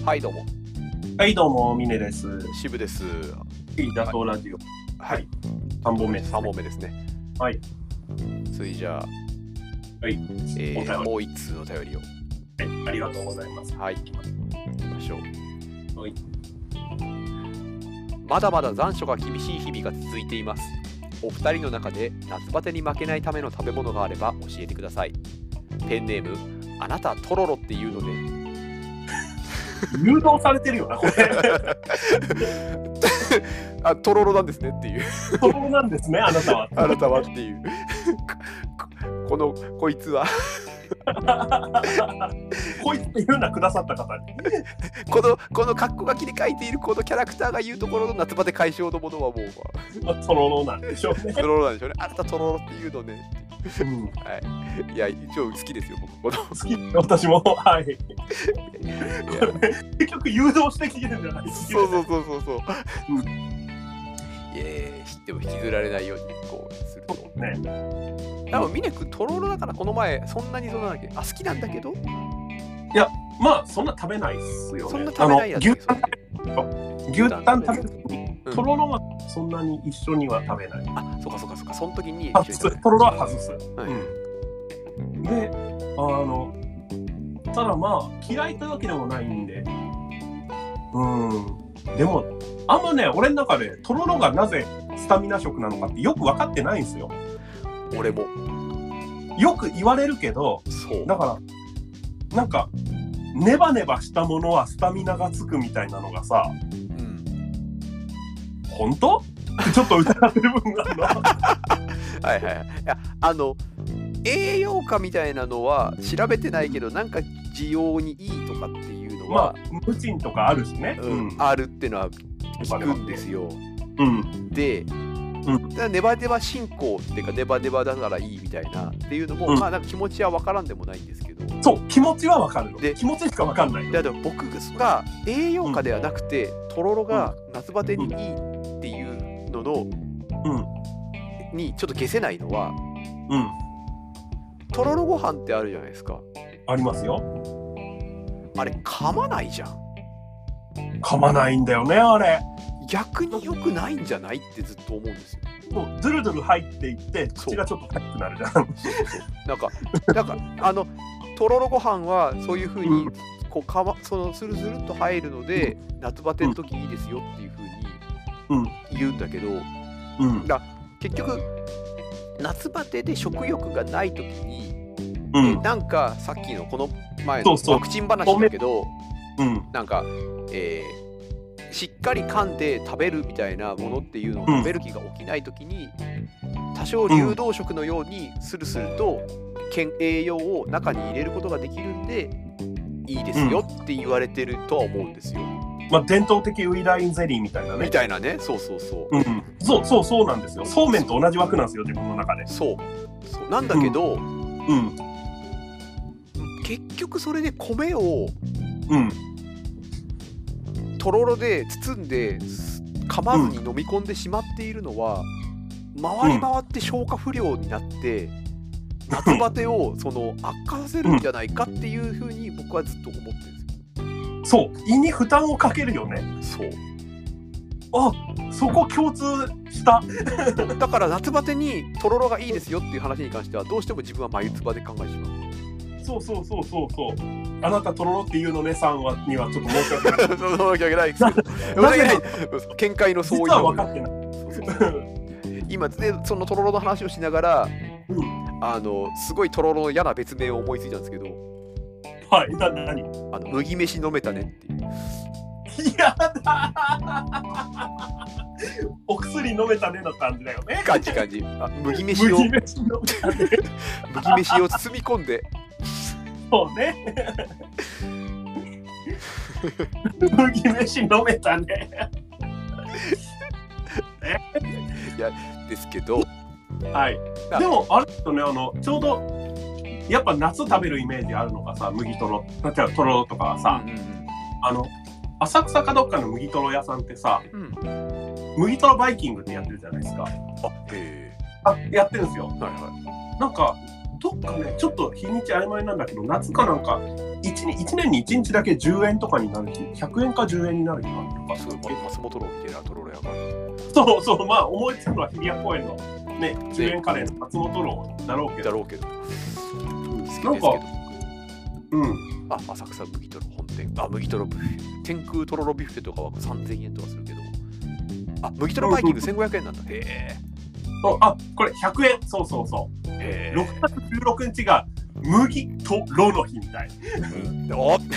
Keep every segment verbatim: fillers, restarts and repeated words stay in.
はいどうも。 はいどうも、ミネです。 渋です。 打倒ラジオ。 はい。 さんぼんめ、 さんぼんめですね。 はい。 それじゃあ、 はい。 えー、もう一通のお便りを。 はい。ありがとうございます。 はい。行きましょう。 はい。 まだまだ残暑が厳しい日々が続いています。お二人の中で夏バテに負けないための食べ物があれば教えてください。ペンネーム、あなたトロロっていうので。 誘導されてるよな、これ。 あ、トロロなんですねっていう。 トロロなんですね、あなたは。 あなたはっていう。この、こいつは。 こいつって言うなくださった方に。 この、この格好が切り替えているこのキャラクターが言うところの夏バテ解消のものはもう、 まあ、トロロなんでしょうね。 トロロなんでしょうね。あなたトロロっていうのね。 うん、 はい。いや、一応好きですよ、僕。 好き、私も。はい。結局誘導してきてるんじゃないですか。 そうそうそうそうそう。うん、いえ、知っても引きずられないようにこうすると。 ね。 多分、ミネ君、トロロだからこの前、そんなにそんなだっけ、あ、好きなんだけど。 いや、まあ、そんな食べないっすよね。 そんな食べないやつ。 牛タン牛タン食べるときに、トロロはそんなに一緒には食べない。 あ、そうかそうかそうか、その時に外す。トロロは外す。 はい、 うん、で、あの、ただまあ、嫌いというわけでもないんで、うん、でも、あんまね、俺の中でトロロがなぜスタミナ食なのかってよく分かってないんですよ。 俺も。 よく言われるけど、 そうだから、なんか、ネバネバしたものはスタミナがつくみたいなのがさ、うん、本当？ちょっと疑ってる部分があるの。 はいはいはい。いや、あの、栄養価みたいなのは調べてないけど、なんか需要にいいとかっていうのは、 まあ、ムチンとかあるしね、 うん、あるってのは聞くんですよ。 うん、 で、うん、だネバネバ進行っていうかネバネバだからいいみたいなっていうのも、うん、まあなんか気持ちは分からんでもないんですけど、 そう気持ちは分かるので気持ちしか分かんない。 だから僕が栄養価ではなくて、うん、トロロが夏バテにいいっていうのの、うん、にちょっと消せないのは、うん、とろろご飯ってあるじゃないですか。 ありますよ。 あれ噛まないじゃん。 噛まないんだよね、あれ。 逆に良くないんじゃないってずっと思うんですよ。 そうズルズル入っていって口がちょっと速くなるじゃん。 そうそうそうなんかなんかあのとろろご飯はそういう風に、うん、こうかまそのスルスルっと入るので、うん、夏バテの時いいですよっていう風に言うんだけど、うん、だ結局夏バテで食欲がない時に、うん、なんかさっきのこの前のワクチン話だけど、うん、なんか、えー、しっかり噛んで食べるみたいなものっていうのを食べる気が起きない時に、多少流動食のようにスルスルと栄養を中に入れることができるんでいいですよって言われてるとは思うんですよ。 まあ、伝統的ウイダインゼリーみたいなね。 みたいなね、そうそうそう。 うん、そうそうそうなんですよ。そうめんと同じ枠なんですよ、自分の中で。 そう。そうなんだけど、うん、うん、結局それで米を、うん、とろろで包んで噛まずに飲み込んでしまっているのは、うん、回り回って消化不良になって、うん、夏バテをその悪化させるんじゃないかっていうふうに僕はずっと思ってるんですよ。 そう胃に負担をかけるよね。 そうあそこ共通しただから夏バテにとろろがいいですよっていう話に関してはどうしても自分は眉唾で考えてしまう。 そうそうそうそうそうあなたとろろっていうのねさんはにはちょっと申し訳ない申し訳ないですけど申し訳ない見解の相違実は分かってないそうそうそう今でそのとろろの話をしながら、うん、あのすごいとろろの嫌な別名を思いついたんですけど、 はいな何あの麦飯飲めたねっていう。 やだお薬飲めたねの感じだよね。 感じ感じ。あ麦飯を麦飯飲めたね麦飯を包み込んでそうね麦飯飲めたねいやですけど、 はい。でもあれですよね、あのちょうどやっぱ夏食べるイメージあるのがさ、麦とろ、例えばとろろとかはさ、うんうんうん、あの浅草かどっかの麦とろ屋さんってさ、うん、麦とろバイキングってやってるじゃないですか。 あ、へあやってるんですよ。 はいはい。 なんかどっかね、ちょっと日にち曖昧なんだけど、夏かなんか、いち, いちねんにいちにちだけじゅうえんとかになる日、ひゃくえんかじゅうえんになる日があるとか。 そう、ま、松本楼みたいなトロロやから。 そうそう、まあ思いつくのは日比谷公園のね、じゅうえんカレーの松本楼だろうけど。 だろうけど。好きですけど。 うん。 あ、浅草麦とろ本店。あ、麦とろビュッフェ。天空とろろビュッフェとかはさんぜんえんとかするけど。あ、麦とろバイキングせんごひゃくえんなんだ。へえ。 あ、これひゃくえん。そうそうそう。へえ。ろくがつじゅうろくにちが麦とろの日みたい。 うん、おっ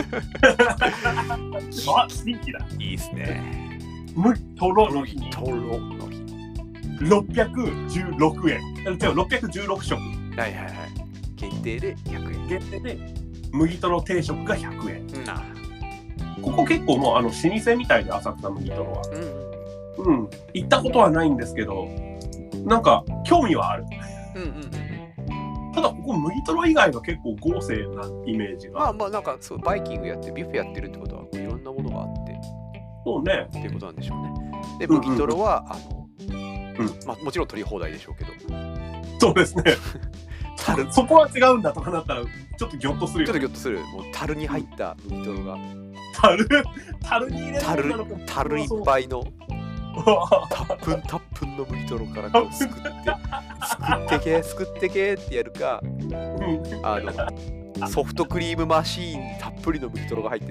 あ、新規だ。 いいっすね。 麦とろの日。 麦とろの日。 ろっぴゃくじゅうろくえん。違う、ろっぴゃくじゅうろくしょく。 はいはいはい。限定でひゃくえん。 限定で麦とろ定食がひゃくえん。 うん、なここ結構もうあの老舗みたいで、浅草麦とろは。うん。うん。行ったことはないんですけど、なんか興味はある。 うんうんうん。 ただここ麦とろ以外は結構豪勢なイメージが。 まあまあなんかそうバイキングやってビュッフェやってるってことはこういろんなものがあって。 そうね。 っていうことなんでしょうね。で麦とろは、うんうん、あの、 うん、 まあもちろん取り放題でしょうけど。 そうですね。そこは違うんだとかなったらちょっとギョッとするよ、ね。 ちょっとギョッとする。もう樽に入った麦とろが。 樽樽に入れる樽樽いっぱいの。たっぷんたっぷんの麦とろからこうすくってすくってけすくってけってやるか、うん、あのソフトクリームマシーンにたっぷりの麦とろが入ってて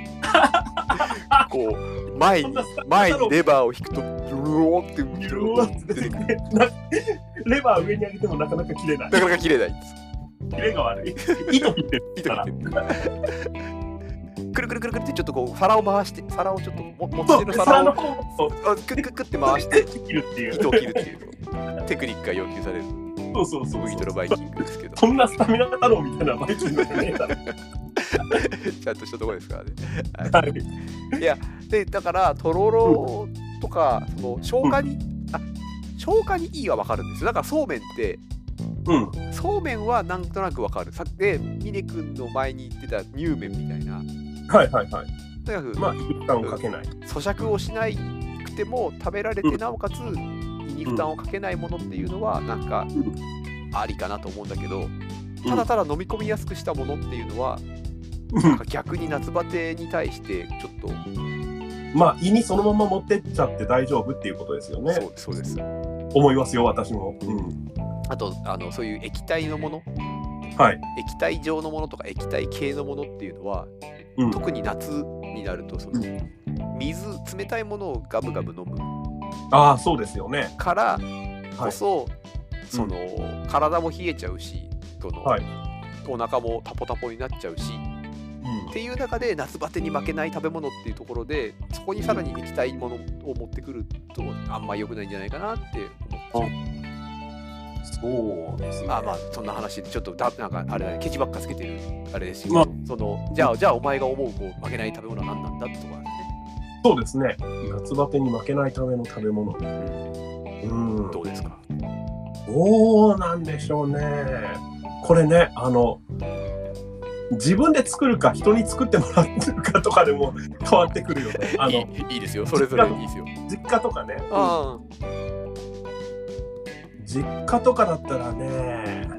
こう前に前にレバーを引くとブローって麦とろが出てくる。 レバー上に上げてもなかなか切れない。 なかなか切れないんです。 切れが悪い。糸切ってる。 糸切ってる。くるくるくるくるってちょっとこう皿を回して皿をちょっとも持ち手の皿をクックックって回して切るっていう糸を切るっていうテクニックが要求される。 そうそうそう。 麦とろバイキングですけど。 そんなスタミナ太郎みたいなバイキングじゃねえだろ。 ちゃんとしたところですからね。はい。いやでだからとろろとかその消化に、うん、あ消化にいいはわかるんですよ。だからそうめんって。うん、そうめんはなんとなくわかる。さで峰君の前に言ってた乳麺みたいな。 はいはいはい。 とにかくまあ胃に負担をかけない。 咀嚼をしなくても食べられて、うん、なおかつ胃に負担をかけないものっていうのはなんかありかなと思うんだけど、うん、ただただ飲み込みやすくしたものっていうのは、うん、なんか逆に夏バテに対してちょっとまあ胃にそのまま持ってっちゃって大丈夫っていうことですよね。 そうそうです。 思いますよ私も。うん、 あとあのそういう液体のもの、 はい、 液体状のものとか液体系のものっていうのは、うん、特に夏になるとその、うん、水冷たいものをガブガブ飲むああそうですよねからこそ、はい、その、うん、体も冷えちゃうしその、はい、お腹もタポタポになっちゃうし、うん、っていう中で夏バテに負けない食べ物っていうところでそこにさらに液体ものを持ってくるとあんま良くないんじゃないかなって思って。 そうですね。 あまあそんな話でちょっとだなんかあれだねケチばっかつけてるあれですけど、まあ、そのじゃあじゃあお前が思うこう負けない食べ物は何なんだとかね。 そうですね。夏バテに負けないための食べ物。うん。うん、 どうですか。 どうなんでしょうね。これねあの自分で作るか人に作ってもらってるかとかでも変わってくるよね。あのいい、いいですよ。それぞれいいですよ。 実家とかね。 ああ。 実家とかだったらね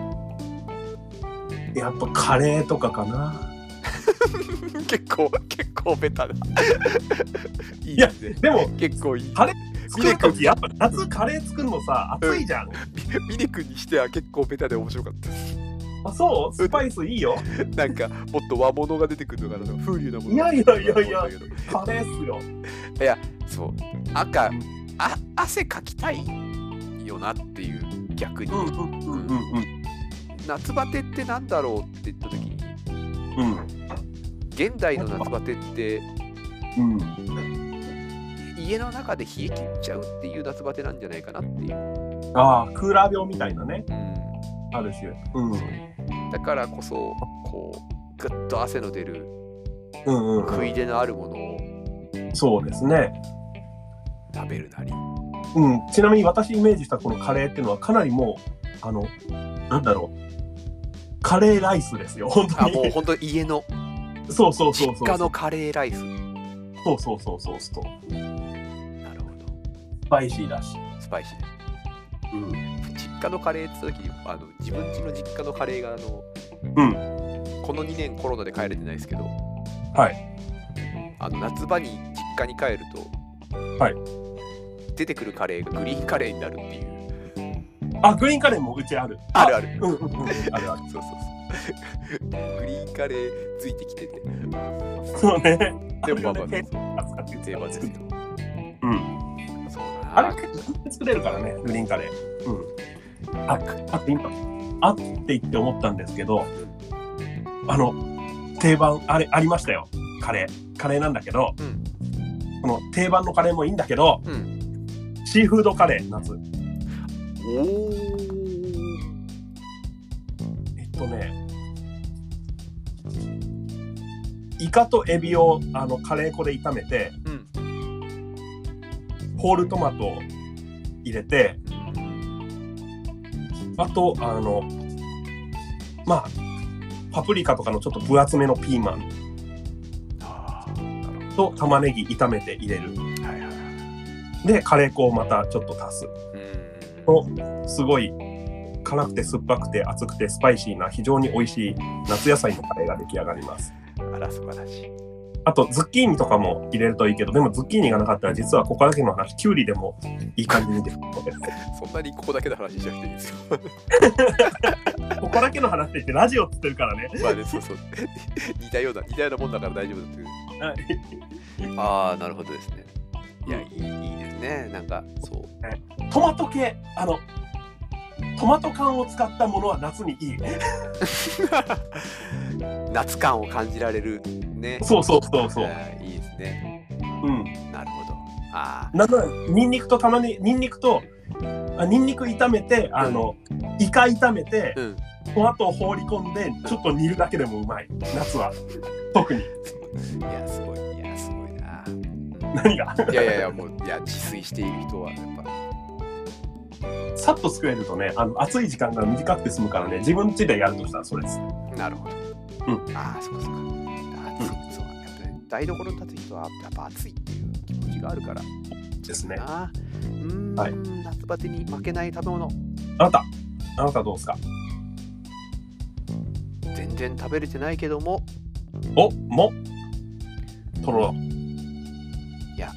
やっぱカレーとかかな。 結構結構ベタだ。 いいですね。いやでも結構いい。 カレー作るときやっぱ夏カレー作るのさ暑いじゃん。 ミネ君にしては結構ベタで面白かったです。 あそうスパイスいいよ。 なんかもっと和物が出てくるのかな風流なもの。 いやいやいやいやカレーっすよ。 いやそう赤、うん、あ汗かきたい。よなっていう逆に夏バテってなんだろうって言った時に、うん、現代の夏バテって、うん、家の中で冷え切っちゃうっていう夏バテなんじゃないかなっていう。 ああクーラー病みたいなね、うん、ある種、うん、 だからこそこうぐっと汗の出る、うんうん、食い出のあるものをそうですね食べるなりうん、ちなみに私イメージしたこのカレーっていうのはかなりもうあのなんだろうカレーライスですよ本当に。 あもう本当に家のそうそうそうそう実家のカレーライス。 そうそうそうそうそう。 なるほど。 スパイシーだし。 スパイシーです。 うん実家のカレーって言った時にあの自分家の実家のカレーがあの、 うん、 このにねんコロナで帰れてないですけど、 はい、 あの夏場に実家に帰ると、 はい、 出てくるカレーがグリーンカレーになるっていう。 あ、グリーンカレーもうちある。 あるある。 うんうんうん、あるある。 そうそうそう。グリーンカレーついてきてて。 そうね。 でもまあまあ、 定番ですよ。うん。 そうな。 あれ作れるからね、グリーンカレー。うん。あ、あって今、あって言って思ったんですけど、あの定番あれありましたよ。カレー、カレーなんだけど、うん、この定番のカレーもいいんだけど、うん、シーフードカレー夏。 おー。 えっとね、イカとエビをあのカレー粉で炒めて、うん、ホールトマトを入れて、あとあのまあパプリカとかのちょっと分厚めのピーマンと玉ねぎ炒めて入れる、はいはい、でカレー粉をまたちょっと足すと、すごい辛くて酸っぱくて熱くてスパイシーな非常に美味しい夏野菜のカレーが出来上がります。 あら素晴らしい。 あとズッキーニとかも入れるといいけど、でもズッキーニがなかったら実はここだけの話、キュウリでもいい感じにできるのでそんなにここだけの話しなくていいですよここだけの話って言ってラジオって言ってるからね。 まあね、そうそう似たような似たようなもんだから大丈夫だっていうああ、なるほどですね。いや、いい、いいですね。なんかそう、 トマト系、あのトマト缶を使ったものは夏にいい夏感を感じられるね。 そうそうそうそう、 いいですね。 うん、 なるほど。ああ、 なんだ、ニンニクと玉ねぎ、ニンニクとあニンニク炒めて、あの、うん、イカ炒めて、うん、トマトを放り込んでちょっと煮るだけでもうまい、夏は特に。いやすごい、いやすごいな。 何がいやいやいや、もういや自炊している人はやっぱさっと作れるとね、あの暑い時間が短くて済むからね、自分家でやるとしたらそれです。 なるほど。うん、ああ、そうかそうか。暑い、うん、そう、やっぱり台所に立つ人はやっぱ暑いっていう気持ちがあるからですね。 あうーん、はい、夏バテに負けない食べ物。 あなた、あなたどうですか？ 全然食べれてないけども。 お、もとろろ。 いや、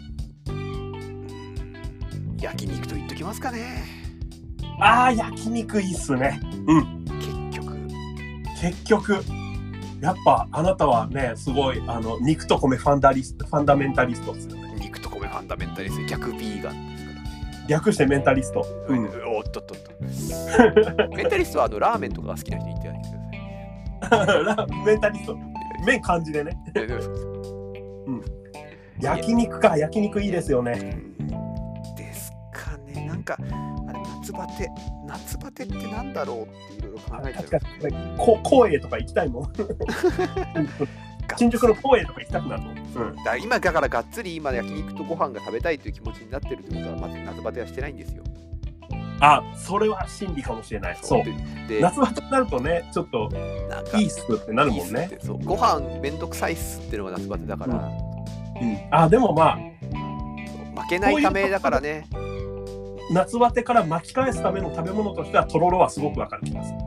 焼肉と言っときますかね。 ああ、焼肉いいっすね。うん。 結局。 結局。やっぱあなたはね、すごいあの肉と米ファンダリスト、ファンダメンタリストですよね。 肉と米ファンダメンタリスト、逆ビーガンですからね。 略してメンタリスト。 うん、おっとっとっと。メンタリストはあのラーメンとかが好きな人言ってないでください。メンタリスト。麺漢字でね。うん。焼肉か、焼肉いいですよね。 ですかね。なんかあれ夏バテ、夏バテってなんだろうっていろいろ考えてる。 確かにこ光栄とか行きたいもん。新宿の光栄とか行きたくなるの。うん、 だ今だからがっつり今焼肉とご飯が食べたいという気持ちになってるってことはまず夏バテはしてないんですよ。 あ、それは真理かもしれない。そう。で夏バテになるとね、ちょっといいっすってなるもんね。 そう、ご飯めんどくさいっすっていうのが夏バテだから。 うん。うん、あ、でもまあ負けないためだからね。 夏バテから巻き返すための食べ物としてはとろろはすごくわかる気がする。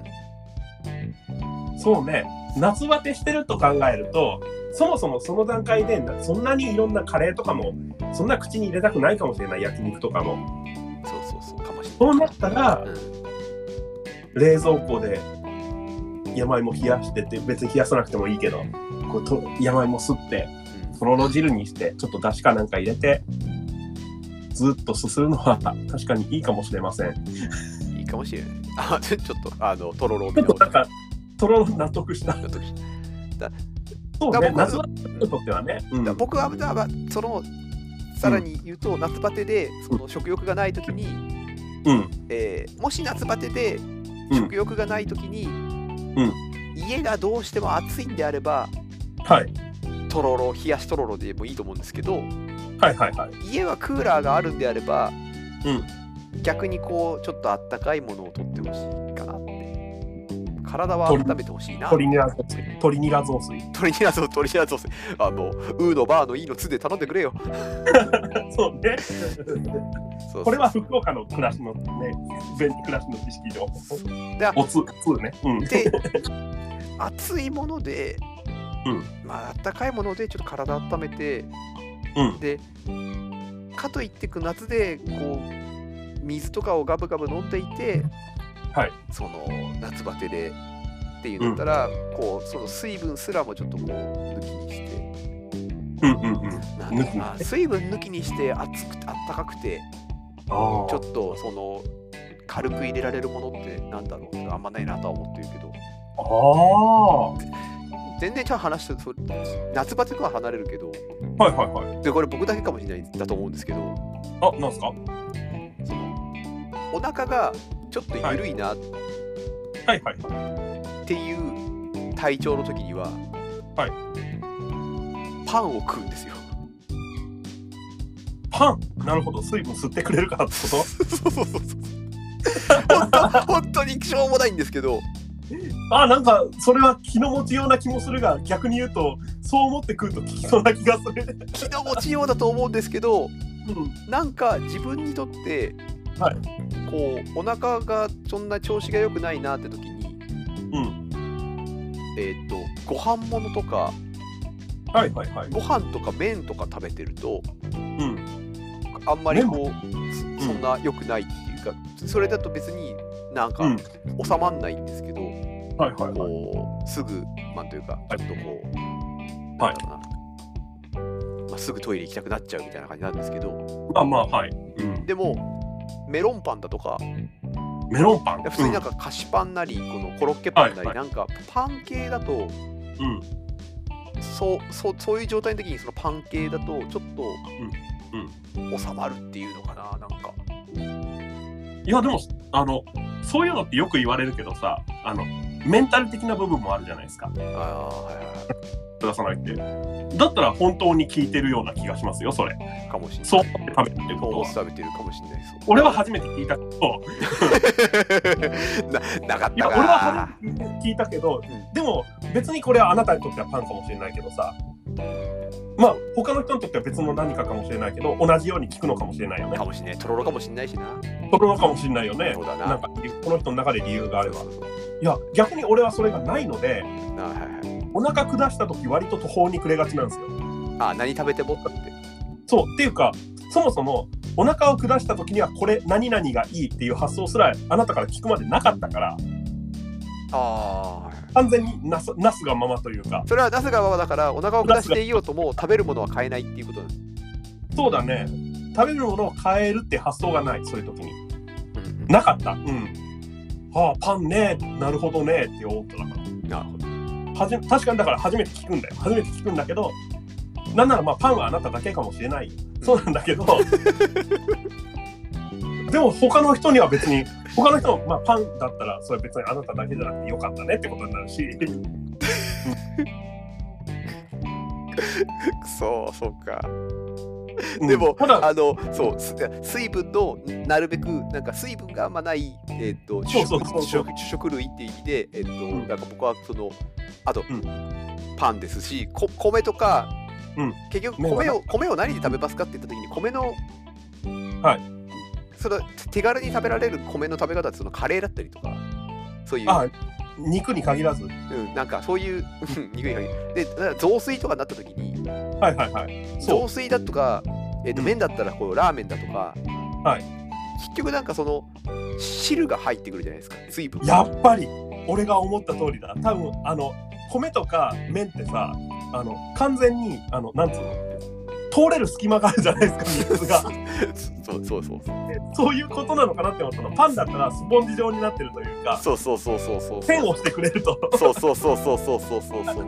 うん、そうね。夏バテしてると考えると、そもそもその段階でそんなにいろんなカレーとかもそんな口に入れたくないかもしれない、焼肉とかも。 そうそうそうかもしれない。 そうなったら、うん、冷蔵庫で山芋冷やしてて、別に冷やさなくてもいいけど、こうと山芋すってとろろ汁にしてちょっとだしかなんか入れてずっとすするのは確かにいいかもしれません。 いいかもしれない。あ、ちょっとあのとろろを見直した。とろろ納得した。納得した。だそうね、夏バテにとってはね。 うん、僕はそのさらに言うと、うん、夏バテでその食欲がないときに、うんえー、もし夏バテで食欲がないときに、うん、家がどうしても暑いんであれば、はい、とろろ冷やしとろろでもいいと思うんですけど、はいはいはい、家はクーラーがあるんであれば、うん、逆にこうちょっとあったかいものを取ってほしいかなって体は温めてほしいな。 鶏ニラ雑炊。鶏ニラ雑炊。 鶏ニラ雑鶏ニラ雑炊。あの、ウーのバーのイーのつで頼んでくれよ。 そうね。 そうそうこれは福岡の暮らしのね、便利暮らしの知識上。 でおつ、つね。うん。 で、熱いもので、 うん、 まあ、あったかいものでちょっと体温めて、 うん、 で、かといって夏でこう水とかをガブガブ飲んでいて、 はい、 その夏バテでっていうんだったら、うん、こうその水分すらもちょっとこう抜きにして、 うんうんうん、 なんかまあ水分抜きにして熱くてあったかくて、ちょっとその軽く入れられるものってなんだろうってあんまないなとは思ってるけど、 あ全然ちゃんと話してる、夏バテとは離れるけど、 はいはいはい。 でこれ僕だけかもしれないだと思うんですけど、 あ、なんすか？ そのお腹がちょっと緩いな、はい、 はいはいはいっていう体調の時には、 はい、 パンを食うんですよ。 パン？なるほど、水分吸ってくれるからってこと？そうそうそうそう。本当本当にしょうもないんですけど。 あ、なんかそれは気の持ちような気もするが、逆に言うとそう思って食うと効きそうな気がする。 気の持ちようだと思うんですけど、 うん、 なんか自分にとって、 はい、 こうお腹がそんな調子が良くないなって時に、 うん、 えっとご飯物とか、 はいはいはい、 ご飯とか麺とか食べてると、 うん、 あんまりこうそんな良くないっていうか、それだと別になんか収まんないんですけど、 はいはいはい、 こうすぐなんというかちょっとこう、 はい、 なんだろうな、まあ、すぐトイレ行きたくなっちゃうみたいな感じなんですけど、 まあまあはい、うん、 でもメロンパンだとか、 メロンパン、 普通になんか菓子パンなり、このコロッケパンなり、なんかパン系だと、 うん、 そうそうそういう状態の時にそのパン系だとちょっと、 うんうん、 収まるっていうのかな、なんか。 いやでもあのそういうのってよく言われるけどさ、あのメンタル的な部分もあるじゃないですか。 ああ、はいはいはい。 出さないって。だったら本当に効いてるような気がしますよ、それ。 かもしれない。 そう思って食べてることは。 そう食べてるかもしれないです。 俺は初めて聞いたけど。な, なかったか。 いや、俺は初めて聞いたけど、うん、でも別にこれはあなたにとってはパンかもしれないけどさ。まあ他の人にとっては別の何かかもしれないけど、同じように聞くのかもしれないよね。 かもしれない。とろろかもしれないしな。 とろろかもしれないよね。 そうだな。 なんかこの人の中で理由があれば。いや逆に俺はそれがないので、 あ、はいはい、 お腹下した時割と途方に暮れがちなんですよ。 あ、何食べてもって。 そうっていうか、そもそもお腹を下した時にはこれ何々がいいっていう発想すらあなたから聞くまでなかったから。 ああ。 完全になす、なすがままというか。 それはなすがままだから、お腹を下していようとも食べるものは買えないっていうことなんです。 そうだね。食べるものを変えるって発想がない、そういう時に。うん、なかった。うん。はあ、パンね、なるほどねって思ったから。 なるほど。 はじ確かにだから初めて聞くんだよ。初めて聞くんだけど、なんならまあパンはあなただけかもしれない。うん、そうなんだけど、でも他の人には別に、他の人も、まあ、パンだったらそれ別にあなただけじゃなくてよかったねってことになるし。くそそうか。でも、うん、あのそう水分のなるべくなんか水分があんまない、えー、と主食類っていう意味で、えーとうん、なんか僕はそのあと、うん、パンですし、こ米とか、うん、結局米を米を何で食べますかって言った時に米の、 はい、 その手軽に食べられる米の食べ方ってそのカレーだったりとか、そういう、 あ、肉に限らず、 うん、なんかそういう肉に限らずで、雑炊とかになった時に、 はいはいはい、 雑炊だとか、えー、と麺だったらこうラーメンだとか、 はい、 結局なんかその汁が入ってくるじゃないですか、水分。 やっぱり俺が思った通りだ。多分あの米とか麺ってさ、あの完全にあのなんつうの、通れる隙間があるじゃないですか、水が。 そうそうそうそう。 そういうことなのかなって思ったの。パンだったらスポンジ状になってるというか、 そうそうそうそうそう。 線をしてくれると。 そうそうそうそうそうそうそうそう。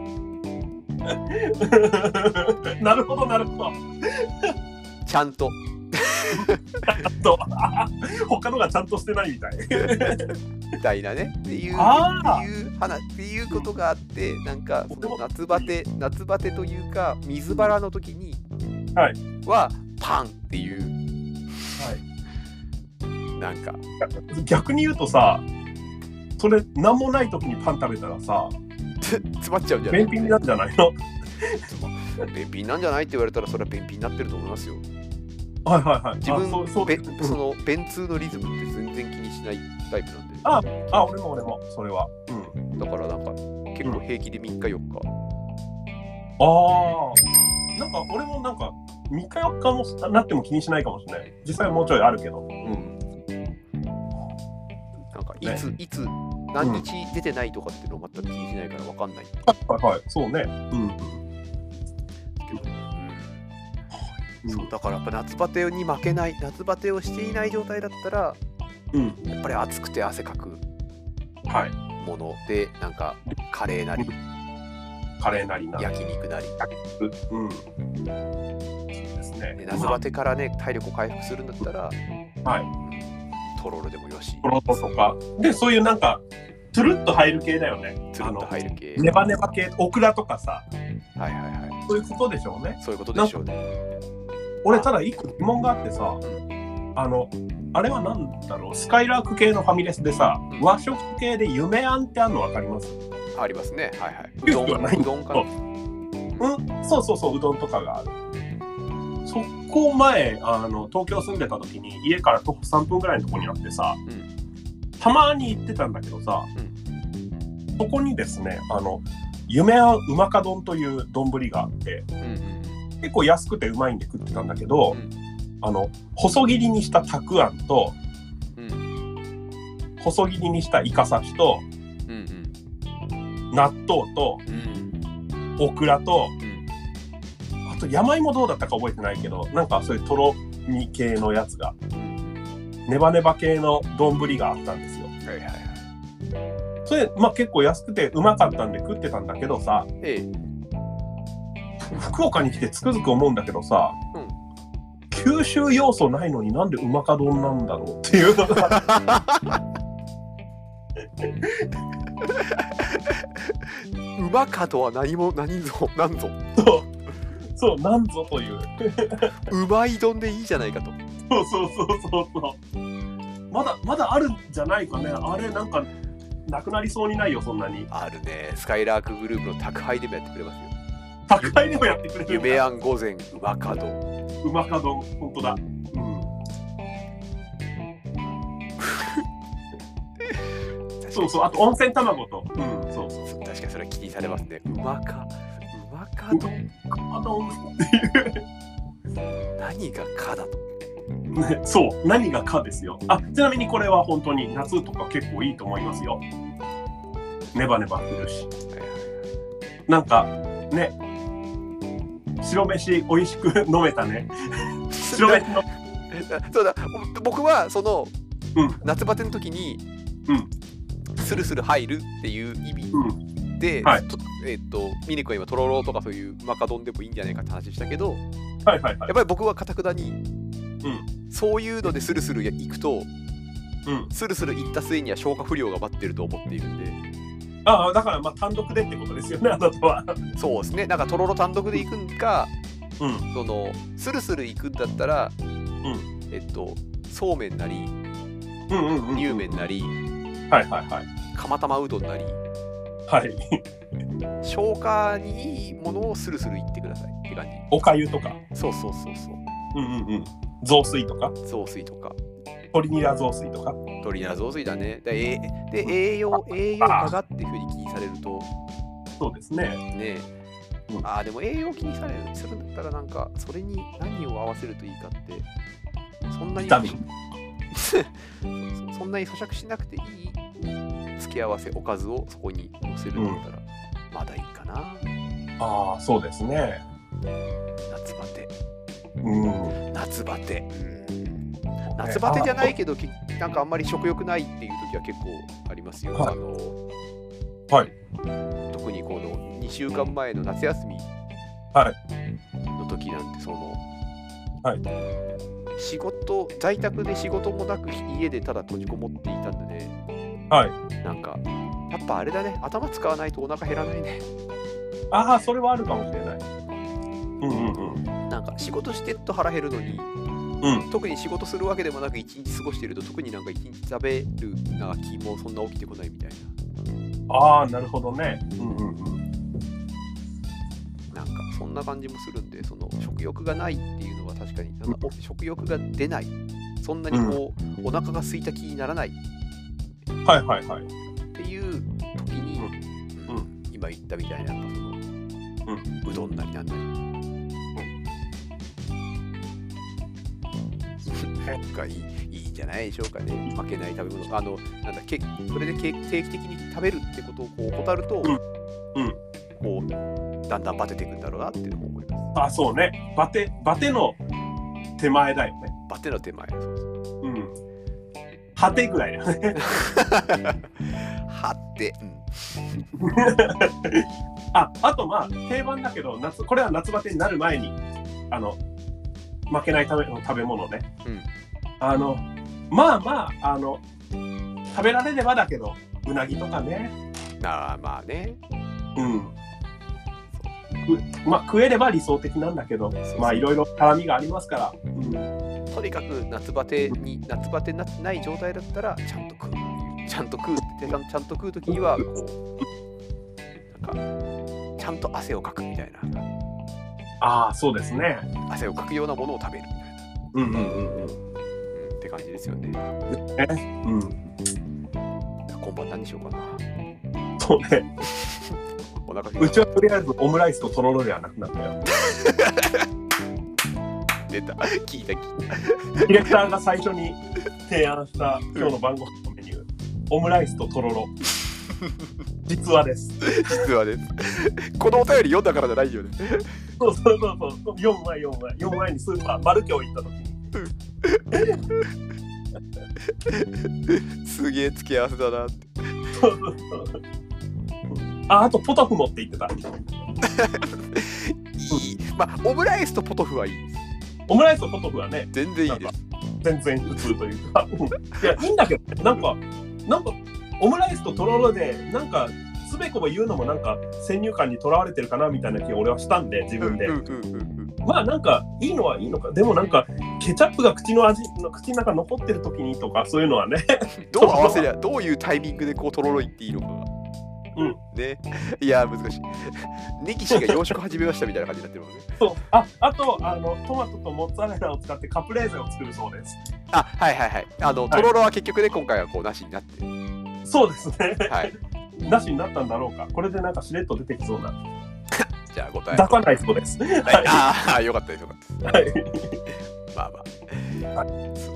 なるほどなるほど。 ちゃんと。 ちゃんと。他のがちゃんとしてないみたい。 みたいなね。っていうっていう話っていうことがあって、なんかその夏バテ夏バテというか水バラの時に。 はい、 はパンっていう、 はい、 なんか逆に言うとさ、 それ何もない時にパン食べたらさ、 詰まっちゃうんじゃない？ 便秘になるんじゃないの？ 便秘なんじゃないって言われたらそれは便秘になってると思いますよ。 はいはいはい。 自分そうそう、 べうん、 その便通のリズムって全然気にしないタイプなんで。 ああ、俺も俺もそれは。うん。 だからなんか結構平気でみっかよっか。 ああ、なんか俺もなんかみっかよっかもなっても気にしないかもしれない。実際はもうちょいあるけど。うん。 なんかいつ、ね、いつ何日出てないとかっていうのを全く気にしないからわかんない。 はいはい、そうね。うん。 うん、そうだからやっぱ夏バテに負けない、夏バテをしていない状態だったら、うん、やっぱり暑くて汗かくもので、なんかカレーなり、 カレーなりな焼肉なり、 うん、そうですね。 で夏バテからね体力を回復するんだったら、はい、とろろでもよし。 とろろとかで、そういうなんかトゥルッと入る系だよね。 トゥルッと入る系。 ネバネバ系、オクラとかさ。 はいはいはい。 そういうことでしょうね。 そういうことでしょうね。 俺ただ一個疑問があってさ、うん、あのあれはなんだろう、スカイラーク系のファミレスでさ、うん、和食系で夢あんってあるの分かります？ ありますね。はいはい。うどん、うどんかな。 うん、そうそうそう、うどんとかがある。そこ前あの東京住んでた時に家から徒歩さんぷんぐらいのとこにあってさ、うん、たまに行ってたんだけどさ、うん、そこにですね、あの夢あんうまか丼という丼があって、うんうん、結構安くてうまいんで食ってたんだけど、うん、あの細切りにしたたくあんと、うん、細切りにしたイカ刺しと、うんうん、納豆と、うん、オクラと、うん、あと山芋どうだったか覚えてないけど、なんかそういうとろみ系のやつが、うん、ネバネバ系の丼があったんですよ。はいはいはい。それ、まあ、結構安くてうまかったんで食ってたんだけどさ、ええ、福岡に来てつくづく思うんだけどさ、うん、九州要素ないのになんでうまか丼なんだろうっていうのがうまかとは何も何ぞ何ぞそうそうなんぞといううまい丼でいいじゃないかと。 そうそうそうそうそうまだまだあるんじゃないかね。あれなんかなくなりそうにないよ、そんなに。 あるね。スカイラークグループの宅配でもやってくれますよ。 宅配でもやってくれる。 夢あん御膳うまか丼。 うまか丼、ほんとだ。うん。そうそう、あと温泉卵と。うん、そうそうそう。 確かにそれは気にされますね。うまか、うまか丼。 うまか丼っていう。 何がかだと。 ね、そう何がかですよ。あ、ちなみにこれは本当に夏とか結構いいと思いますよ。ネバネバするし、なんかね、白飯美味しく飲めたね。白飯のそうだ、僕はその、うん、夏バテの時に、うん、スルスル入るっていう意味、うん、で、はい、えー、っとミネコは今とろろとかそういうマカ丼でもいいんじゃないかって話したけど、はいはいはい、やっぱり僕はかたくなに、うん、そういうのでスルスルいくと、うん、スルスルいった末には消化不良が待ってると思っているんで。 ああ、だからまあ単独でってことですよね、あなたは。 そうですね、なんかとろろ単独でいくんか、うん、そのスルスルいくんだったら、うん、えっとそうめんなり、うんうんうんうん、乳麺なり、はいはいはい、釜玉うどんなり、はい、消化にいいものをスルスルいってくださいって感じ。 おかゆとか。 そうそうそうそう。 うんうんうん。雑炊とか。 雑炊とか。 鶏ニラ雑炊とか。 鶏ニラ雑炊だね。で、で栄養栄養価がっていうふうに気にされると。 そうですね。ねえ。うん、ああでも栄養気にされるするんだったらなんかそれに何を合わせるといいかってそんなにそんなに咀嚼しなくていい付け合わせおかずをそこに乗せるんだったら、うん、まだいいかな。 ああそうですね。 夏バテ。 うん。 夏バテ。うん。夏バテじゃないけどなんかあんまり食欲ないっていう時は結構ありますよ。はい、あのはい。特にこのにしゅうかんまえの夏休みの時なんてその、はい、仕事在宅で仕事もなく家でただ閉じこもっていたんでね、はい、なんかやっぱあれだね、頭使わないとお腹減らないね。 ああそれはあるかもしれない。うんうんうん。 なんか仕事してっと腹減るのに、ううん特に仕事するわけでもなく一日過ごしていると特になんか一日食べるなんか気もそんな起きてこないみたいな。 ああ、なるほどね。うんうんうん。 なんかそんな感じもするんで、その食欲がないっていうのは確かになんかお食欲が出ない、そんなにこう、うん、お腹が空いた気にならないはいはいはいっていう時に、うんうん、今言ったみたいなやっぱその、うん、うどんなりなんなり、うん、がいいいいんじゃないでしょうかね。負けない食べ物、あのなんだけそれで定期的に食べるってことをこう怠ると、 うんうん、 こうだんだんバテていくんだろうなっていうのも思います。 あ、そうね。バテバテの手前だよね。 バテの手前。そうそう。 うん。果てぐらいだよね。 果て。うん。 あ、あとまあ定番だけど夏これは夏バテになる前にあの負けないための食べ物ね。うん。あのまあまああの食べられればだけどうなぎとかね。 ああまあね。 うん。まあ、食えれば理想的なんだけど、まあいろいろ絡みがありますから、うん、 とにかく夏バテに夏バテになってない状態だったらちゃんと食うちゃんと食うってちゃんと食う時にはこうなんかちゃんと汗をかくみたいな。 ああそうですね。 汗をかくようなものを食べるみたいな。 うんうんうんうん、うん、 って感じですよね。 え、うん。 今晩何にしようかな。 そうね。うちはとりあえずオムライスととろろではなくなったよ。 出た、聞いた聞いた。 ディレクターが最初に提案した今日の晩ご飯のメニュー、オムライスととろろ。実話です。 実話です。このお便り読んだからじゃないよね。 そうそうそうそう。読む前読む前読む前にスーパーマルキョウ行った時に。すげえ付け合わせだなって。 そうそうそう。あ、あとポトフもって言ってた。いい。まあオムライスとポトフはいいです。 オムライスとポトフはね、 全然いいです。 全然普通というか、いやいいんだけど、なんかなんかオムライスととろろでなんかつべこべ言うのもなんか先入観にとらわれてるかなみたいな気が俺はしたんで自分で。まあなんかいいのはいいのか、でもなんかケチャップが口の味の口の中残ってる時にとかそういうのはね。 どう合わせりゃどういうタイミングでこうとろろいっていいのかが。 うん、 ね、いや難しい。ネギシが養殖始めましたみたいな感じになってるもんね。 そう、あ、あとあのトマトとモッツァレラを使ってカプレーゼを作るそうです。 あ、はいはいはい。あの、はい、とろろは結局ね今回はこうなしになって。 そうですね。 はい。 なしになったんだろうか。これでなんかしれっと出てきそうな。 じゃあ答え。 出さないそうです。 はい、ああよかったですよかったです。はい。まあまあ。はい。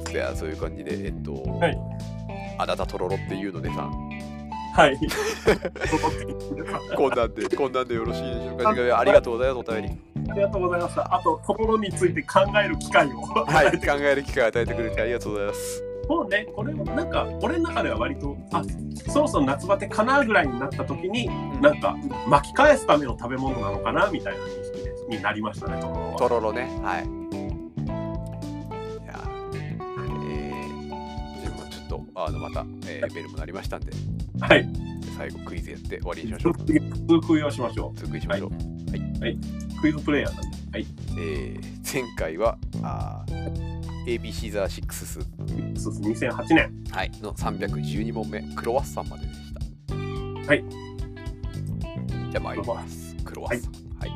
じゃあそういう感じでえっと、はい、あなたとろろっていうのでさ。 はい。 こんなんで、こんなんでよろしいでしょうか。ありがとうございます、お便り。 ありがとうございました。あと、とろろについて考える機会を。 はい、考える機会を与えてくれてありがとうございます。 もうね、これもなんか、俺の中では割と、あ、そろそろ夏バテかなぐらいになった時に、うん、なんか、巻き返すための食べ物なのかなみたいな認識になりましたね、とろろは。 とろろね、はい。あのまた、えー、ベルも鳴りましたんで、 はい、 最後クイズやって終わりにしましょう。 通クイをしましょう。 通クイしましょう。はい。 はい。クイズプレイヤーなんで。はい。 えー、前回はあ エービーシー ザーシックススにせんはちねん、 はい、のさんびゃくじゅうにもんめクロワッサンまででした。 はい。 じゃあ参ります。クロワッサン。はい。はい、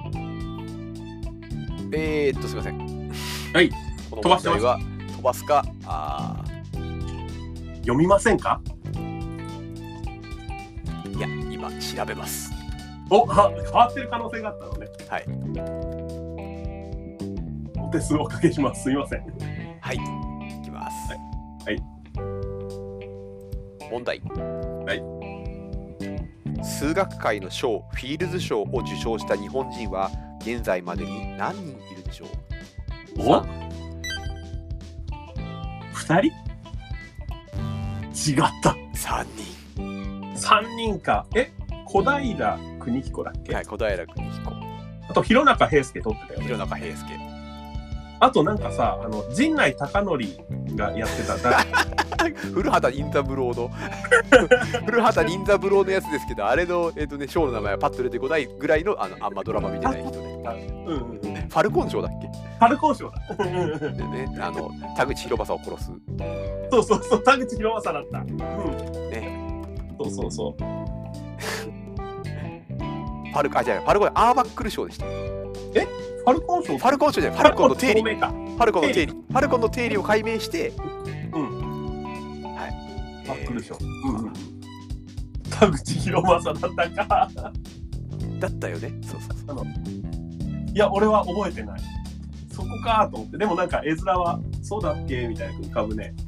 えーっとすみません。 はい。 この問題は飛ばすかあ読みませんか？ いや、今調べます。 お、は変わってる可能性があったのね。 はい。 お手数をおかけします。すいません。 はい。いきます。 はい。はい、 問題。 はい。 数学界の賞、フィールズ賞を受賞した日本人は現在までに何人いるでしょう？ お？二人？違った。 さんにん。さんにんか。え、小平邦彦だっけ？ はい、小平邦彦。 あと、弘中平介取ってたよね。 弘中平介。 あと、なんかさ、あの、陣内孝則がやってた。 古畑任三郎の古畑任三郎のやつですけど、あれの、えっとね、ショーの名前はパッと出てこないぐらいの、あの、あんまドラマ見てない人で。 ったうんうんうん、ファルコン賞だっけ。 ァルコン賞だでね、あの田口博正を殺す。 そうそうそう、田口博正だった。うん。 ね。 そうそうそう。 ファルコン、あ、じゃあファルコン、アーバックル賞でした。 え、ファルコン賞？ ファルコン賞じゃない、ファルコンの定理。フファルコンの定理。ファルコンの定理を解明して、 うん。 はい。 バックル賞。うんうん。田口博正だったか。 だったよね。そうそうそう。あの、 いや、俺は覚えてない。そこかと思って。でもなんか絵面はそうだっけみたいな浮かぶね。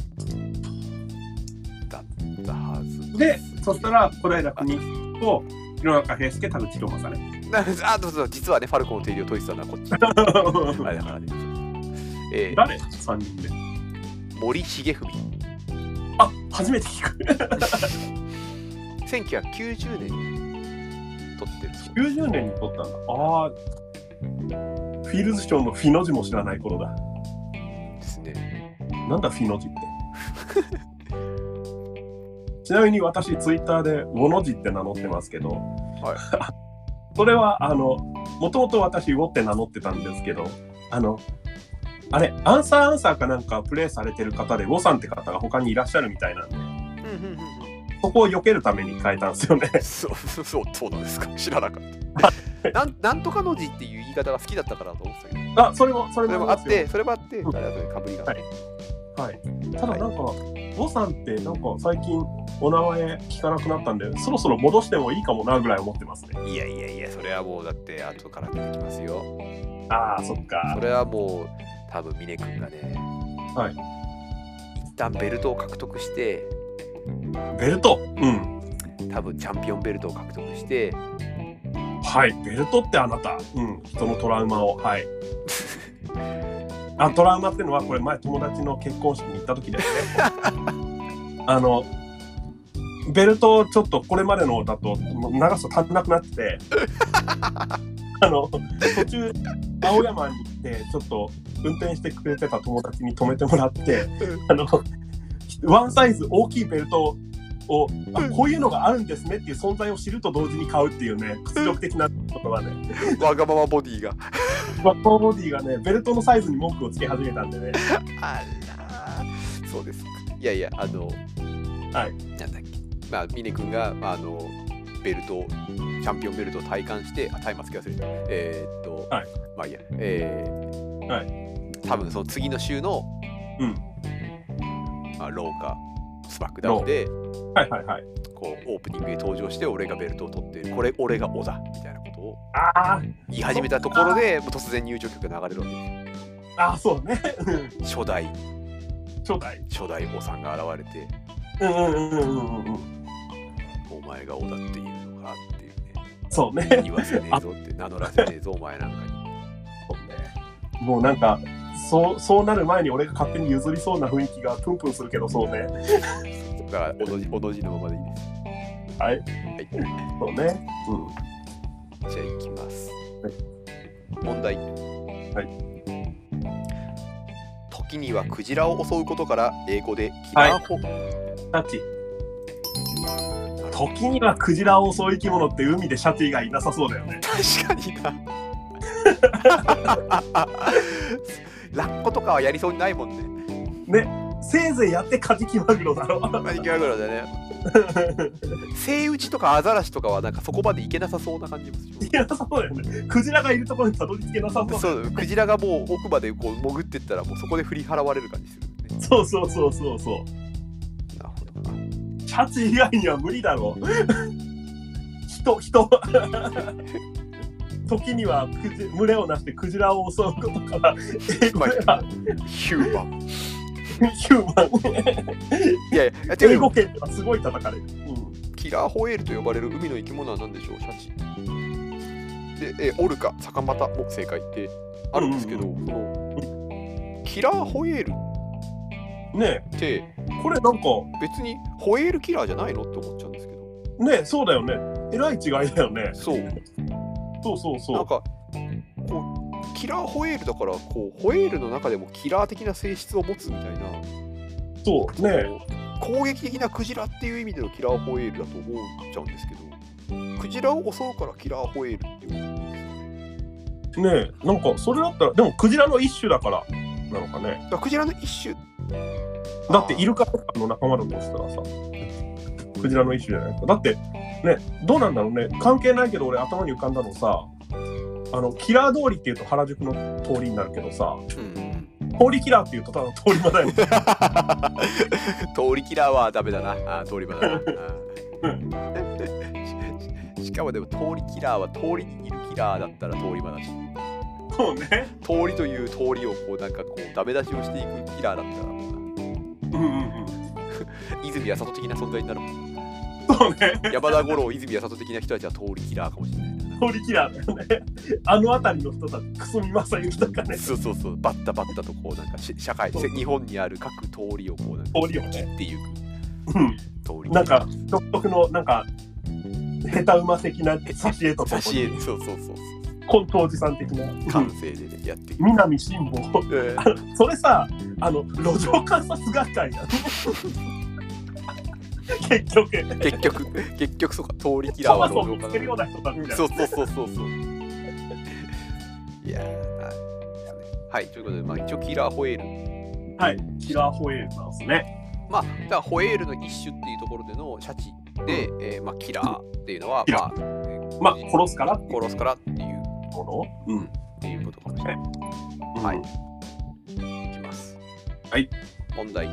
だったはず。 で、そしたら小平邦と弘中平介、田口博正ね。 あ、そうそう、実はね、ファルコンの定理を解いてたのはこっち。あれだからね。 えー、誰 ?さん 人目。 森重文。 あ、初めて聞く。 せんきゅうひゃくきゅうじゅうねんに撮ってるそう。 きゅうじゅうねんに撮ったんだ。ああ。フィールズ賞のフィの字も知らない頃だ。 ですね。 なんだフィの字って。ちなみに私ツイッターでウォの字って名乗ってますけど、はい、それはあのもともと私ウォって名乗ってたんですけど、あのあれアンサーアンサーかなんかプレイされてる方でウォさんって方が他にいらっしゃるみたいなんで、そこを避けるために変えたんですよね。 そうそうそうなんですか。知らなかった。なんなんとかの字っていう言い方が好きだったからと思ってたけど。 あ、それもそれもあって、それもあって、あれだとかぶりがあって。 はい。ただなんか、ウォさんってなんか最近お名前聞かなくなったんで、そろそろ戻してもいいかもなぐらい思ってますね。 いやいやいや、それはもうだって後から出てきますよ。 ああ、そっか。 それはもう多分峰君がね、 はい。 一旦ベルトを獲得して、 ベルト、うん。 多分チャンピオンベルトを獲得して、 はい、ベルトってあなた、うん、人のトラウマを、はい。あ、トラウマっていうのはこれ前友達の結婚式に行った時ですね。あのベルトちょっとこれまでのだと長さ足んなくなっててあの途中青山に行ってちょっと運転してくれてた友達に止めてもらってあのワンサイズ大きいベルトをあこういうのがあるんですねっていう存在を知ると同時に買うっていうね屈辱的なことがねわがままボディがわがままボディがねベルトのサイズに文句をつけ始めたんでねあらそうですいやいやあのはいなんだっけまあ峰君があのベルトチャンピオンベルトを体感してあタイマーつけ忘れたえー、っと、はい、まあいいやえー、はい多分その次の週のうんまあ廊下スマックダウンで、 はいはいはい、 こうオープニングで登場して俺がベルトを取っているこれ俺が織田みたいなことを言い始めたところでもう突然入場曲が流れるわけです。 ああそうね初代初代初代王さんが現れてうんうんうんうんうんお前が織田っていうのかっていうねそうね言わせねえぞって名乗らせねえぞお前なんかにそうねもうなんかそうそうなる前に俺が勝手に譲りそうな雰囲気がプンプンするけどそうねだからおのじおのじのままでいいですはい、はい、そうねうんじゃあいきます、はい、問題はい時にはクジラを襲うことから英語でキラーホ、はい、 タッチ時にはクジラを襲う生き物って海でシャチ以外いなさそうだよね確かになラッコとかはやりそうにないもんね。ね、せいぜいやってカジキマグロだろ。 カジキマグロだね。セイウチとかアザラシとかはなんかそこまでいけなさそうな感じもする。 いけなさそうだよね。クジラがいるところにたどり着けなさそう。 そう、クジラがもう奥までこう潜ってったらもうそこで振り払われる感じする、 ね。そうそうそうそうそう。 なるほどな。 シャチ以外には無理だろう。人人。時にはクジ群れをなしてクジラを襲うことから英語ではヒューマンヒューマンいやいや英語圏ではすごい叩かれる、うん、 キラーホエールと呼ばれる海の生き物は何でしょうシャチでえオルカサカマタも正解ってあるんですけど、うんうん、そのキラーホエールねえこれなんか別にホエールキラーじゃないのって思っちゃうんですけどねそうだよねえらい違いだよねそうそうそうそうなんかこうキラーホエールだからこうホエールの中でもキラー的な性質を持つみたいなそうね攻撃的なクジラっていう意味でのキラーホエールだと思っちゃうんですけどクジラを襲うからキラーホエールって言うんですよねねえ、なんかそれだったら、でもクジラの一種だからなのかね。 クジラの一種だってイルカとかの仲間だとしたらさ、クジラの一種じゃないですか。だってね、どうなんだろうね、関係ないけど俺頭に浮かんだのさ、あのキラー通りっていうと原宿の通りになるけどさ、うん、通りキラーっていうとただの通り魔だよね。 通りキラーはダメだな。あ、通り魔だな。しかもでも通りキラーは通りにいるキラーだったら通り魔だし。 そうね。 通りという通りをこうなんかこうダメ出しをしていくキラーだったらもうな。うんうんうん。泉谷里的な存在になるもん。 そうね。 山田五郎、泉谷里的な人たちは通りキラーかもしれない。 通りキラーだよね。あの辺りの人たち、クソみまさゆきとかね。 そうそうそう、バッタバッタとこうなんか社会、日本にある各通りをこうなんか通りをね切っていく。 うん。通りなんか独特のなんか下手馬的な挿絵とか。 挿絵、そうそうそうそう。 コントおじさん的な感性でね、やっていく。 南辛坊。えー、それさ、あの路上観察学会じゃん。結局結局結局そうか、通りキラーは路上観察。 そうそうそうそうそう。いやー、はい、ということで、まあ一応キラーホエール。はい、キラーホエールなんですね。 まあ、だからホエールの一種っていうところでのシャチで、えー、まあキラーっていうのは、まあ、 まあ殺すから殺すからっていうもの、うん、 っていうことかもしれない。うん、はい。いきます。 はい。 問題。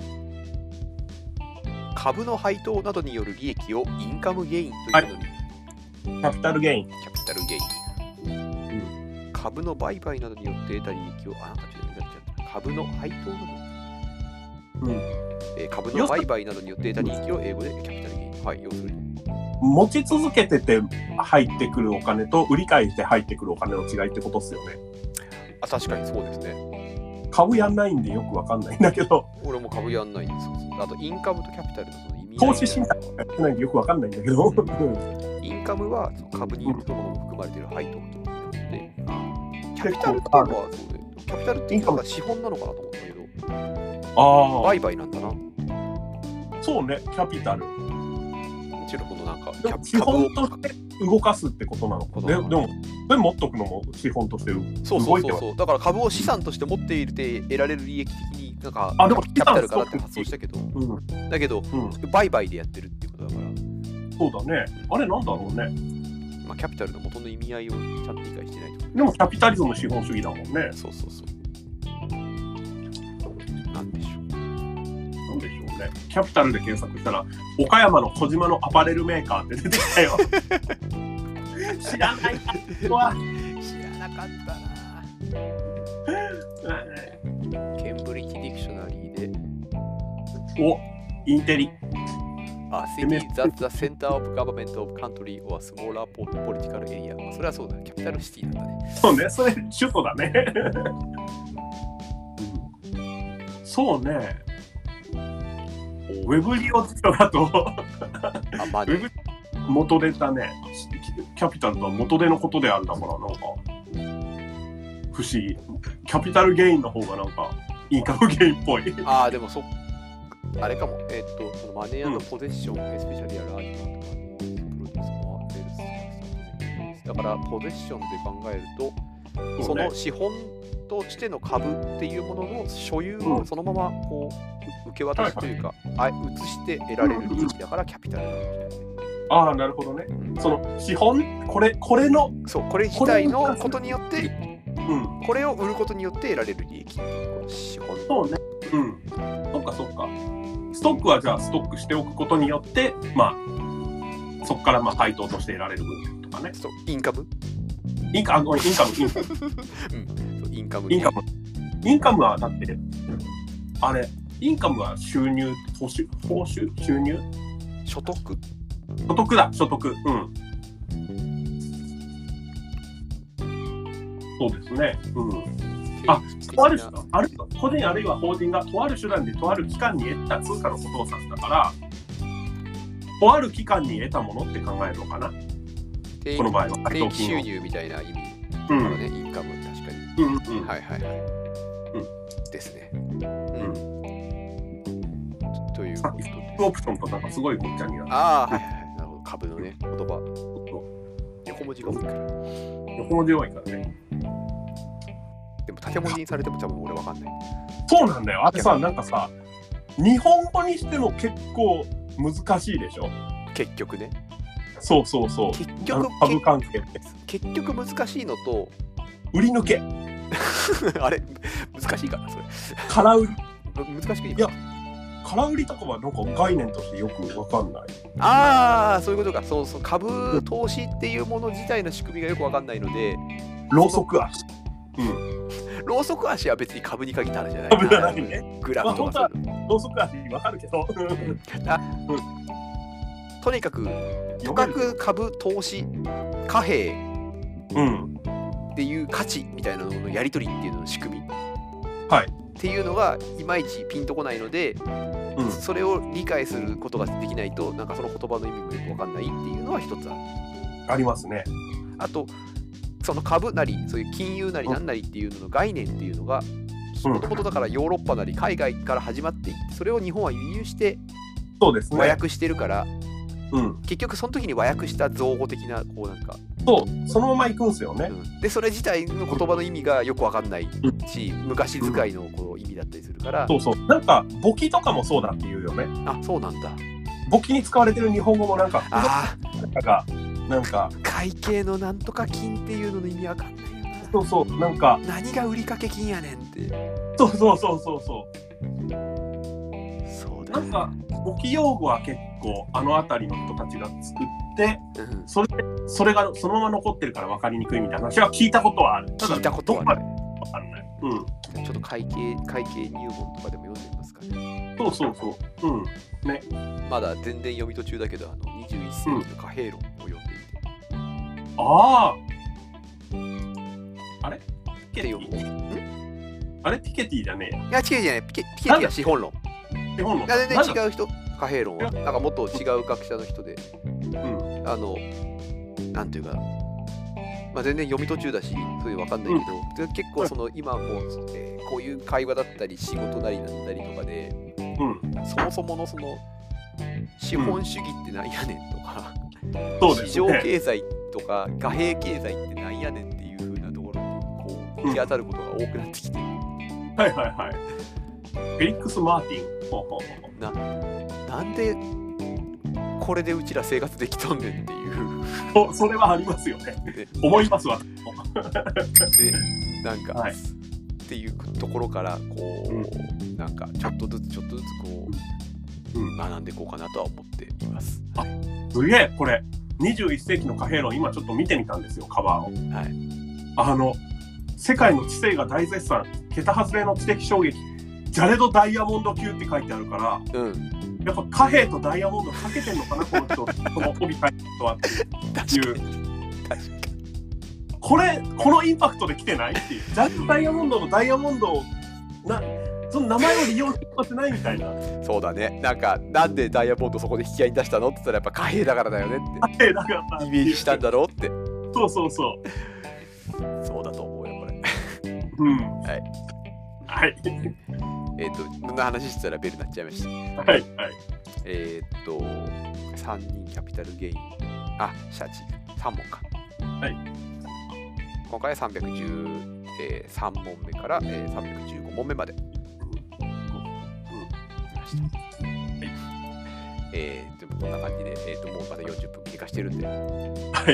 株の配当などによる利益をインカムゲインというのに、はい、 キャピタルゲイン。 キャピタルゲイン。うん、株の売買などによって得た利益を、あ、なんかちょっと見られちゃった。株の配当など、うんえー、株の売買などによって得た利益を英語でキャピタルゲイン。はい、要するに。 持ち続けてて入ってくるお金と売り買いして入ってくるお金の違いってことっすよね。 あ、確かにそうですね。 株やんないんでよくわかんないんだけど。 俺も株やんないんです。あとインカムとキャピタルのその意味合い。 投資信託やってないんでよくわかんないんだけど。 インカムはその株にそのもの含まれている配当というので、キャピタルっていうのはそうで、キャピタルっていうのが資本なのかなと思ったけど、あ売買なんだな。 そうね、キャピタル。 もちろんこのなんか資本として動かすってことなのかな。でも、それ持っとくのも資本として動いては。 そうそうそうそう。だから株を資産として持っていて得られる利益的になんかあでもキャピタルからって発想したけど、うん、だけど、うん、売買でやってるっていうことだから。 そうだね。あれなんだろうね。 まあキャピタルの元の意味合いをちゃんと理解してないと。 でもキャピタリズム資本主義だもんね。 そうそうそう。なんでしょう。 なんでしょうね。キャピタルで検索したら岡山の小島のアパレルメーカーって出てきたよ。知らない人は知らなかったな。ケンブリッジディクショナリーでおインテリあ、City that's the center of government of country or smaller political area。それはそうだ、キャピタルシティなんだね。 そうね、それ首都だね。そうね。ウェブ利用辞書だとあ、まね、 元出たね。キャピタルとは元手のことであるだからなんか不思議。キャピタルゲインの方がなんかインカムゲインっぽい。 ああ、でもそあれかも。えー、っとそのマネー&ポゼッション、うん、エスペシャリアライトとかプロデュースもレルスだからポゼッションで考えると、そ, その資本としての株っていうものの所有をそのままこう受け渡しというか、はいはい、移して得られる利益だからキャピタルなんですよね。 ああ、なるほどね。その資本、これ、これの、 そう、これ自体のことによって、うん、これを売ることによって得られる利益。この資本。 そうね。うん。そっかそっか。ストックはじゃあストックしておくことによって、まあ、そこからまあ配当として得られる分とかね。 そう、インカムインカム、インカム、インカム。 うん、インカム、 インカム。インカムはだって、あれ、インカムは収入、報酬、報酬、収入所得所得だ、所得。うん。そうですね。うん。あ、とある人、ある個人あるいは法人がとある手段でとある期間に得た通貨のことを指したから、とある期間に得たものって考えるのかな。この場合は定期収入みたいな意味だからね、うん、インカム確かに。うんうん、はいはいはい。うん、ですね。うん。ということで。 オプションとなんかすごいごっちゃになる。 ああ、はいはいはい。なるほど。株のね、言葉。横文字が多いから。 横文字多いからね。 でも縦文字にされても多分俺わかんない。 そうなんだよ。あれさ、なんかさ、日本語にしても結構難しいでしょ。 結局ね。 そうそうそう。 結局株関係って結局難しいのと売り抜けあれ難しいかなそれ。 空売り難しくいいいや空売りとかはなんか概念としてよくわかんない。 ああそういうことか。そうそう株投資っていうもの自体の仕組みがよくわかんないので。 ローソク足。うん。 ローソク足は別に株に限った話じゃない。 株じゃないね。 グラフとか、 まあ、ローソク足わかるけど。 あ、うん、とにかくとかく株投資貨幣っていう価値みたいなののやり取りっていうのの仕組み、 はい、 っていうのがいまいちピンとこないので、うん、それを理解することができないとなんかその言葉の意味もよくわかんないっていうのは一つある。 ありますね。あとその株なりそういう金融なりなんなりっていうのの概念っていうのがもともとだからヨーロッパなり海外から始まっていってそれを日本は輸入して和訳してるから、うん、結局その時に和訳した造語的なこうなんかそうそのままいくんですよね、 うん、でそれ自体の言葉の意味がよくわかんないし、うん、昔使いのこう意味だったりするから、 そうそうなんか簿記とかもそうだっていうよね。 あそうなんだ。 簿記に使われてる日本語もなんかああなんか会計のなんとか金っていうのの意味わかんないよな。 そうそうなんか何が売掛金やねんって。 そうそうそうそうそう。 そうだね。 なんか簿記用語は結構あの辺りの人たちが作って、うん、それそれがそのまま残ってるから分かりにくいみたいな話は聞いたことはある。 聞いたことはある。 分かんない。うん。 ちょっと会計会計入門とかでも読んでみますかね。 そうそうそう。うん。ね。 まだ全然読み途中だけど、あのにじゅういっ世紀の貨幣論を読んでいて。 うん、ああ。あれ？ ピケティん？あれピケティじゃねえや。 いや、ピケティじゃない。ピケピケティは資本論。 資本論。 全然違う人。貨幣論はなんかもっと違う学者の人で、うん、あのなんていうか、まあ、全然読み途中だしそういうわかんないけど、うん、結構その今こう、えー、こういう会話だったり仕事なりなんだりとかで、うん、そもそものその資本主義ってなんやねんとか、うん、市場経済とか貨幣経済ってなんやねんっていう風なところにこう行き当たることが多くなってきて、うん、 はいはいはい。フェリックス・マーティンほうほうほうななんでこれでうちら生活できとんねんっていうそ, それはありますよね思いますわでなんか、はい、っていうところからこう、うん、なんかちょっとずつちょっとずつこう、うん、学んでいこうかなとは思っています。 あすげえこれにじゅういっ世紀の貨幣論今ちょっと見てみたんですよカバーを、はい、あの世界の知性が大絶賛桁外れの知的衝撃ジャレド・ダイヤモンド級って書いてあるから、うん、やっぱ貨幣とダイヤモンドかけてんのかなこの人この帯書いてる人はっていうこれこのインパクトで来てないっていうジャレド・ダイヤモンドのダイヤモンドをなその名前を利用してないみたいな。 そうだね。なんかなんでダイヤモンドそこで引き合いに出したのって言ったらやっぱ貨幣だからだよねって貨幣だからイメージしたんだろうってそうそうそうそうだと思うよこれうんはいはいえっ、ー、と、こんな話してたらベルになっちゃいました。 はいはい。 えっ、ー、と、さんにんキャピタルゲイン。あ、シャチ。さん問か。 はい。 今回はさんびゃくじゅうさん問目から、えー、さんびゃくじゅうご問目まで。うん。うん、はい。えー、でもこんな感じで、えっ、ー、と、もうまだよんじゅっぷん経過してるんで。 はい。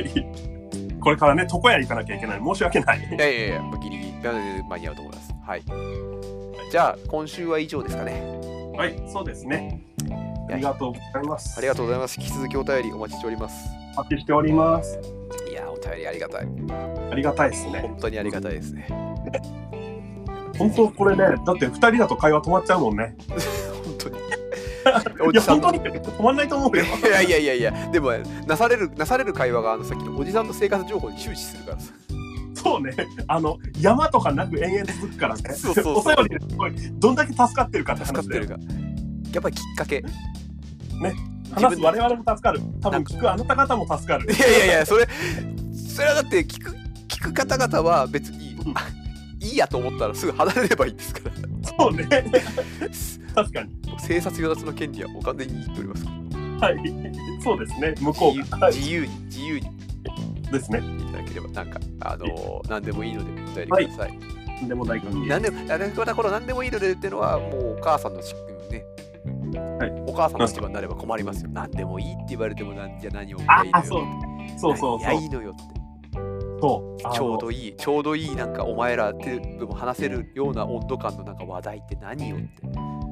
これからね、床屋に行かなきゃいけない。申し訳ない。 いやいやいや、ギリギリ間に合うと思います。はい。じゃあ今週は以上ですかね。 はい、そうですね。ありがとうございます。 ありがとうございます。引き続きお便りお待ちしております。 お待ちしております。 いや、お便りありがたい。 ありがたいですね。 本当にありがたいですね。 本当これね、だってふたりだと会話止まっちゃうもんね。 本当に。 いや本当に止まんないと思うよ。 いやいやいやいや、でもなされるなされる会話があのさっきのおじさんの生活情報に終始するからさ。 そうね、あの山とかなく延々続くからね。 そうそうそう。 お便りですごいどんだけ助かってるかって話だよ。 助かってるか。やっぱりきっかけ。 ね。話す我々も助かる。多分聞くあなた方も助かる。 いやいやいや、それそれはだって聞く聞く方々は別に、うん、いいやと思ったらすぐ離れればいいですから。 そうね。確かに。 生殺与奪の権利はお完全に言っておりますから。はい。そうですね。向こうが自由に自由にですね。 いただければなんかあのー、何でもいいのでお便りください。 何でも大歓迎。 なんでも、だから何でもいいのでっていうのは、もうお母さんのしね、はい、お母さんの立場になれば困りますよ。何でもいいって言われても、なんじゃ何をああ、そうそうそうそう。 いや、いいのよって。そうちょうどいい、ちょうどいい、なんかお前らでも話せるような温度感のなんか話題って何よって。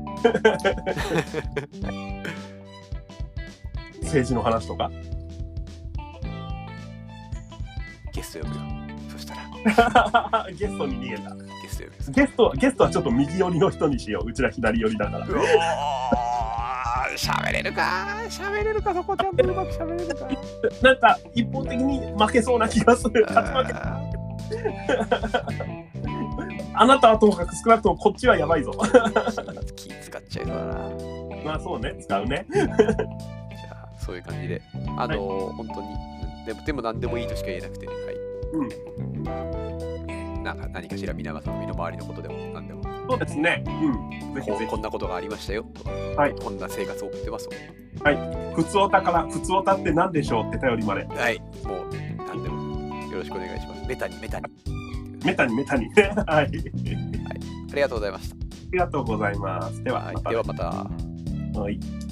政治の話とかゲスト呼ぶよ。そしたらゲストに逃げた。 ゲスト呼ぶよ。 ゲストゲストはちょっと右寄りの人にしよう。うちら左寄りだから。 うおー、喋れるか喋れるかそこちゃんとうまく喋れるかなんか一方的に負けそうな気がする。勝ち負けあなたはともかく少なくともこっちはやばいぞ。 気使っちゃいそうだな。 まあそうね、使うね。 じゃあそういう感じで、あのーはい、本当にでもでも何でもいいとしか言えなくて、はい。うん。なんか何かしら皆さんの身の回りのことでも何でも。 そうですね。うん。 ぜひぜひこんなことがありましたよとか、はい、こんな生活を送ってますと。 はい。ふつおたからふつおたって何でしょうって頼りまで。 はい。もう何でもよろしくお願いします。メタにメタに。 メタにメタに。はい。はい。 ありがとうございました。ありがとうございます。では、 はい、ではまた。 はい。